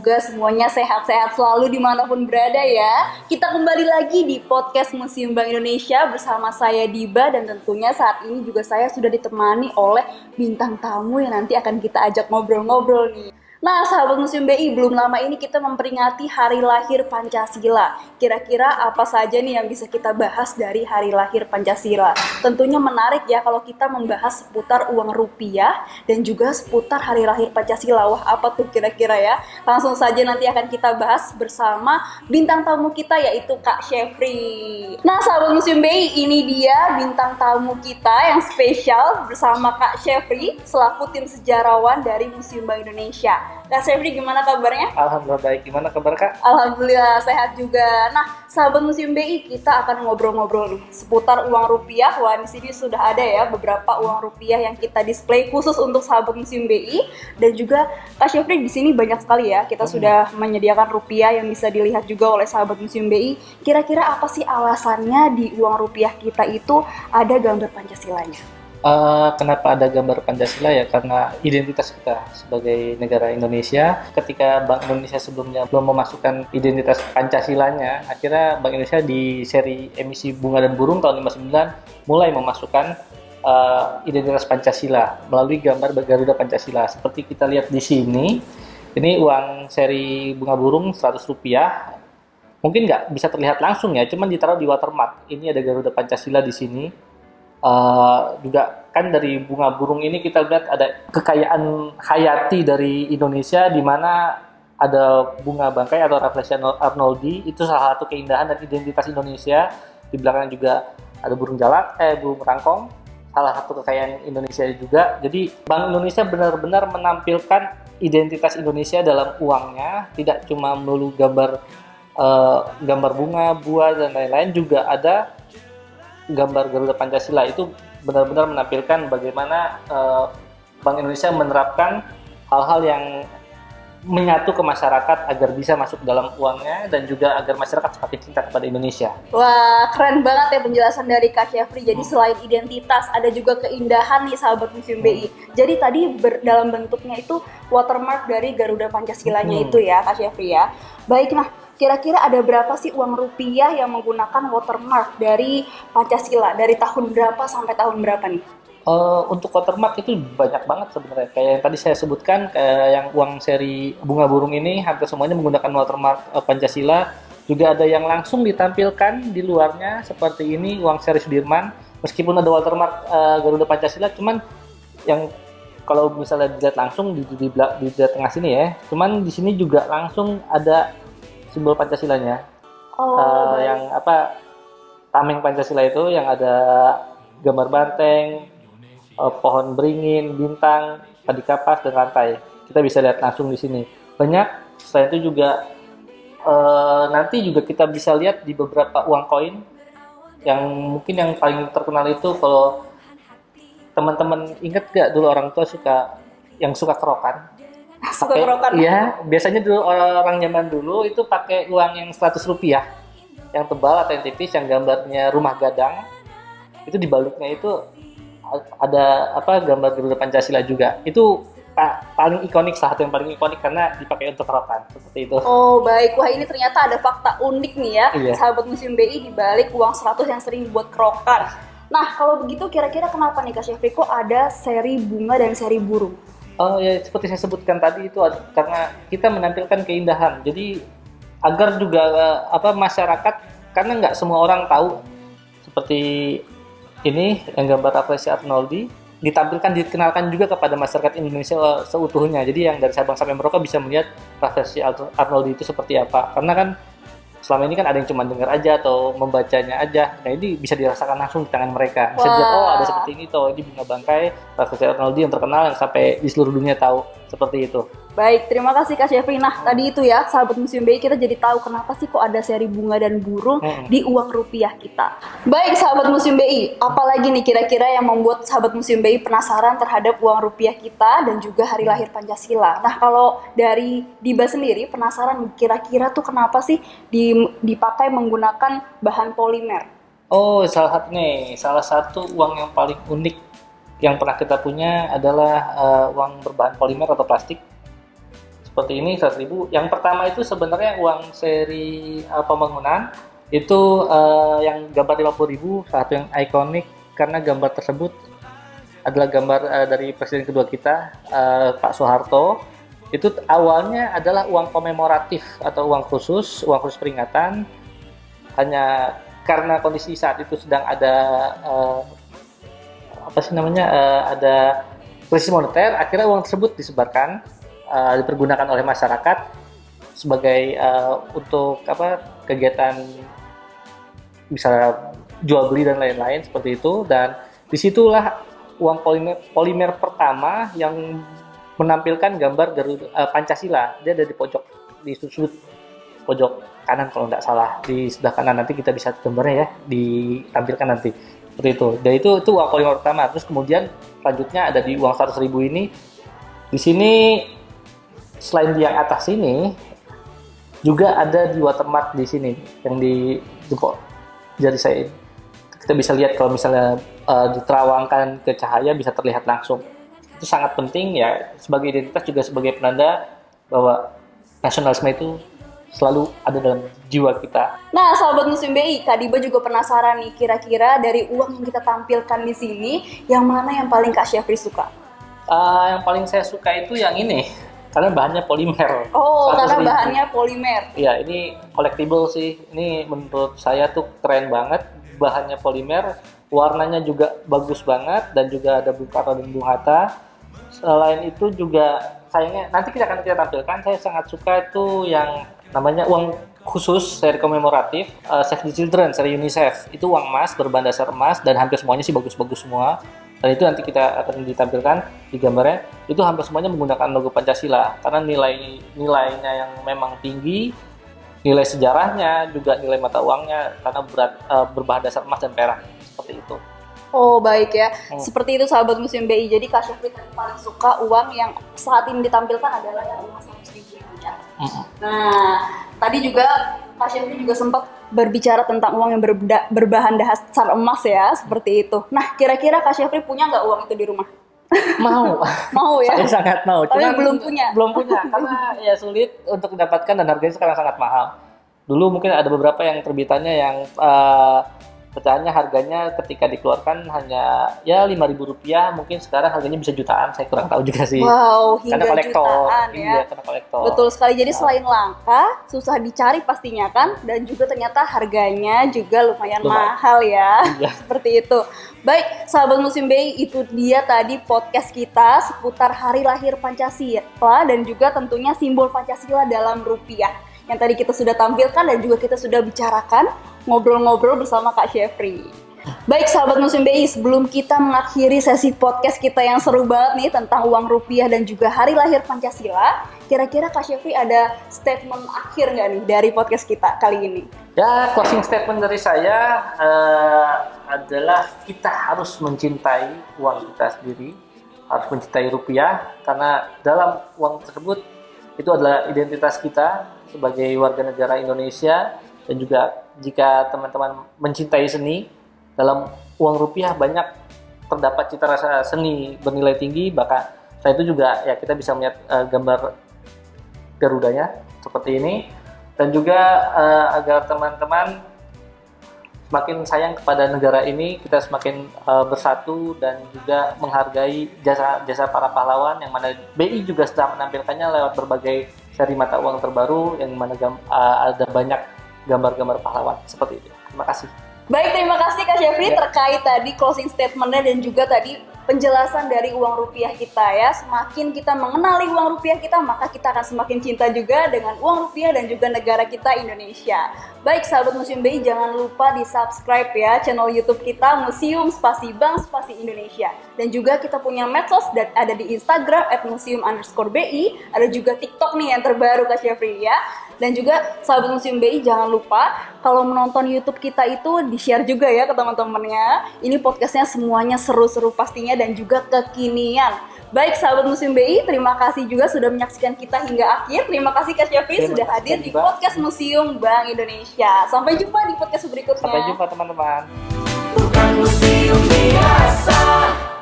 semoga semuanya sehat-sehat selalu dimanapun berada ya. Kita kembali lagi di podcast Museum Bank Indonesia bersama saya Diba, dan tentunya saat ini juga saya sudah ditemani oleh bintang tamu yang nanti akan kita ajak ngobrol-ngobrol nih. Nah, sahabat Museum BI, belum lama ini kita memperingati Hari Lahir Pancasila. Kira-kira apa saja nih yang bisa kita bahas dari Hari Lahir Pancasila? Tentunya menarik ya kalau kita membahas seputar uang rupiah dan juga seputar Hari Lahir Pancasila. Wah, apa tuh kira-kira ya? Langsung saja nanti akan kita bahas bersama bintang tamu kita, yaitu Kak Syefri. Nah, sahabat Museum BI, ini dia bintang tamu kita yang spesial bersama Kak Syefri selaku tim sejarawan dari Museum Bank Indonesia. Kak Syefri, gimana kabarnya? Alhamdulillah baik. Gimana kabar Kak? Alhamdulillah sehat juga. Nah, sahabat Museum BI, kita akan ngobrol-ngobrol nih seputar uang rupiah. Wah, di sini sudah ada ya beberapa uang rupiah yang kita display khusus untuk sahabat Museum BI, dan juga Kak Syefri di sini banyak sekali ya. Kita sudah menyediakan rupiah yang bisa dilihat juga oleh sahabat Museum BI. Kira-kira apa sih alasannya di uang rupiah kita itu ada gambar Pancasilanya? Kenapa ada gambar Pancasila ya? Karena identitas kita sebagai negara Indonesia. Ketika Bank Indonesia sebelumnya belum memasukkan identitas Pancasilanya, akhirnya Bank Indonesia di seri emisi bunga dan burung tahun 59 mulai memasukkan identitas Pancasila melalui gambar Garuda Pancasila. Seperti kita lihat di sini, ini uang seri bunga burung 100 rupiah. Mungkin nggak bisa terlihat langsung ya, cuman ditaruh di watermark. Ini ada Garuda Pancasila di sini. Juga kan dari bunga burung ini kita lihat ada kekayaan hayati dari Indonesia, di mana ada bunga bangkai atau Rafflesia arnoldi. Itu salah satu keindahan dan identitas Indonesia. Di belakang juga ada burung jalak, burung rangkong, salah satu kekayaan Indonesia juga. Jadi Bank Indonesia benar-benar menampilkan identitas Indonesia dalam uangnya, tidak cuma melulu gambar bunga, buah dan lain-lain, juga ada gambar Garuda Pancasila. Itu benar-benar menampilkan bagaimana Bank Indonesia menerapkan hal-hal yang menyatu ke masyarakat agar bisa masuk dalam uangnya, dan juga agar masyarakat semakin cinta kepada Indonesia. Wah, keren banget ya penjelasan dari Kak Syefri. Jadi selain identitas, ada juga keindahan nih sahabat Museum BI. Jadi tadi dalam bentuknya itu watermark dari Garuda Pancasilanya itu ya Kak Syefri ya. Baik, nah kira-kira ada berapa sih uang rupiah yang menggunakan watermark dari Pancasila? Dari tahun berapa sampai tahun berapa nih? Untuk watermark itu banyak banget sebenarnya. Kayak yang tadi saya sebutkan, kayak yang uang seri bunga burung ini hampir semuanya menggunakan watermark Pancasila. Juga ada yang langsung ditampilkan di luarnya seperti ini, uang seri Sudirman. Meskipun ada watermark Garuda Pancasila, cuman yang kalau misalnya dilihat langsung di tengah sini ya, cuman di sini juga langsung ada simbol Pancasilanya. Yang tameng Pancasila itu yang ada gambar banteng, pohon beringin, bintang, padi kapas, dan rantai. Kita bisa lihat langsung di sini. Banyak. Selain itu juga nanti juga kita bisa lihat di beberapa uang koin, yang mungkin yang paling terkenal itu, kalau teman-teman ingat gak dulu orang tua suka kerokan? Suka kerokan? Iya, biasanya dulu orang zaman dulu itu pakai uang yang 100 rupiah, yang tebal atau yang tipis, yang gambarnya rumah gadang. Itu di baliknya itu ada gambar Garuda Pancasila juga. Itu paling ikonik, salah satu yang paling ikonik karena dipakai untuk kerokan, seperti itu. Oh baik, wah ini ternyata ada fakta unik nih ya, iya. Sahabat Museum BI, di balik uang 100 yang sering dibuat kerokan. Nah, kalau begitu kira-kira kenapa nih Kak Syefri kok ada seri bunga dan seri burung? Ya seperti saya sebutkan tadi, itu karena kita menampilkan keindahan. Jadi agar juga masyarakat, karena nggak semua orang tahu seperti ini yang gambar Rafflesia arnoldi, dikenalkan juga kepada masyarakat Indonesia seutuhnya. Jadi yang dari Sabang sampai Merauke bisa melihat Rafflesia arnoldi itu seperti apa. Karena kan selama ini kan ada yang cuma dengar aja atau membacanya aja. Nah, ini bisa dirasakan langsung di tangan mereka. Bisa dilihat, ada seperti ini toh, ini bunga bangkai Rafflesia arnoldi yang terkenal, yang sampai di seluruh dunia tahu, seperti itu. Baik, terima kasih Kak Syefri. Nah, tadi itu ya, sahabat Museum BI, kita jadi tahu kenapa sih kok ada seri bunga dan burung di uang rupiah kita. Baik, sahabat Museum BI, apalagi nih kira-kira yang membuat sahabat Museum BI penasaran terhadap uang rupiah kita dan juga Hari Lahir Pancasila. Nah, kalau dari Diba sendiri penasaran kira-kira tuh kenapa sih dipakai menggunakan bahan polimer? Oh, salah satu uang yang paling unik yang pernah kita punya adalah uang berbahan polimer atau plastik. seperti ini 100.000. Yang pertama itu sebenarnya uang seri pembangunan itu yang gambar 50.000, satu yang ikonik karena gambar tersebut adalah gambar dari presiden kedua kita, Pak Soeharto. Itu awalnya adalah uang komemoratif atau uang khusus peringatan. Hanya karena kondisi saat itu sedang ada ada krisis moneter, akhirnya uang tersebut disebarkan, dipergunakan oleh masyarakat sebagai untuk kegiatan bisa jual beli dan lain-lain seperti itu. Dan disitulah uang polimer pertama yang menampilkan gambar Pancasila. Dia ada di pojok, di sudut pojok kanan kalau tidak salah, di sebelah kanan. Nanti kita bisa gambarnya ya, ditampilkan nanti seperti itu. Dan itu uang polimer pertama. Terus kemudian selanjutnya ada di uang 100.000 ini. Di sini selain di yang atas ini juga ada di watermark di sini yang di jempol jari saya ini. Kita bisa lihat kalau misalnya diterawangkan ke cahaya bisa terlihat langsung. Itu sangat penting ya, sebagai identitas juga sebagai penanda bahwa nasionalisme itu selalu ada dalam jiwa kita. Nah, sahabat Museum BI, Kak Diba juga penasaran nih, kira-kira dari uang yang kita tampilkan di sini, yang mana yang paling Kak Syafri suka? Yang paling saya suka itu yang ini, karena bahannya polimer. Oh, karena bahannya polimer. Iya, ini collectible sih. Ini menurut saya tuh keren banget, bahannya polimer, warnanya juga bagus banget, dan juga ada Bung Karno dan Bung Hatta. Selain itu juga sayangnya nanti kita tampilkan, saya sangat suka itu yang namanya uang khusus seri komemoratif Save the Children, seri UNICEF. Itu uang emas berbahan dasar emas dan hampir semuanya sih bagus-bagus semua. Dan itu nanti kita akan ditampilkan di gambarnya. Itu hampir semuanya menggunakan logo Pancasila karena nilainya yang memang tinggi, nilai sejarahnya juga nilai mata uangnya karena berbahan dasar emas dan perak seperti itu. Oh baik ya, seperti itu sahabat Museum BI. Jadi Kak Syafri paling suka uang yang saat ini ditampilkan adalah yang uang 100.000 ya. Nah, tadi juga Kak Syafri juga sempat berbicara tentang uang yang berbahan dasar emas ya, seperti itu. Nah, kira-kira Kak Syafri punya nggak uang itu di rumah? Mau ya? Saya sangat mau. Tapi belum punya karena ya sulit untuk mendapatkan dan harganya sekarang sangat mahal. Dulu mungkin ada beberapa yang terbitannya yang pecahannya harganya ketika dikeluarkan hanya ya Rp5.000, mungkin sekarang harganya bisa jutaan, saya kurang tahu juga sih. Wow, hingga karena jutaan ya. Iya, karena kolektor. Betul sekali, jadi selain langka, susah dicari pastinya kan, dan juga ternyata harganya juga lumayan mahal ya, seperti itu. Baik, sahabat Museum BI, itu dia tadi podcast kita seputar hari lahir Pancasila dan juga tentunya simbol Pancasila dalam rupiah. Yang tadi kita sudah tampilkan dan juga kita sudah bicarakan, ngobrol-ngobrol bersama Kak Syafri. Baik sahabat Museum BI, sebelum kita mengakhiri sesi podcast kita yang seru banget nih tentang uang rupiah dan juga hari lahir Pancasila, kira-kira Kak Syafri ada statement akhir nggak nih dari podcast kita kali ini? Ya, closing statement dari saya adalah kita harus mencintai uang kita sendiri, harus mencintai rupiah, karena dalam uang tersebut itu adalah identitas kita sebagai warga negara Indonesia. Dan juga jika teman-teman mencintai seni, dalam uang rupiah banyak terdapat cita rasa seni bernilai tinggi. Bahkan saya itu juga ya kita bisa melihat gambar Garudanya seperti ini. Dan juga agar teman-teman semakin sayang kepada negara ini, kita semakin bersatu dan juga menghargai jasa para pahlawan, yang mana BI juga sudah menampilkannya lewat berbagai seri mata uang terbaru yang mana ada banyak gambar-gambar pahlawan seperti itu. Terima kasih. Baik, terima kasih Kak Syafri terkait tadi closing statement-nya dan juga tadi penjelasan dari uang rupiah kita ya. Semakin kita mengenali uang rupiah kita, maka kita akan semakin cinta juga dengan uang rupiah dan juga negara kita Indonesia. Baik sahabat Museum BI, jangan lupa di subscribe ya channel YouTube kita Museum Spasi Bank Spasi Indonesia. Dan juga kita punya medsos dan ada di Instagram @museum_bi, ada juga TikTok nih yang terbaru Kak Syafri ya. Dan juga sahabat Museum BI jangan lupa kalau menonton YouTube kita itu di-share juga ya ke teman-temannya. Ini podcastnya semuanya seru-seru pastinya dan juga kekinian. Baik sahabat Museum BI, terima kasih juga sudah menyaksikan kita hingga akhir. Terima kasih Kak Syafri sudah hadir di podcast Museum Bank Indonesia. Sampai jumpa di podcast berikutnya. Sampai jumpa teman-teman. Bukan museum biasa.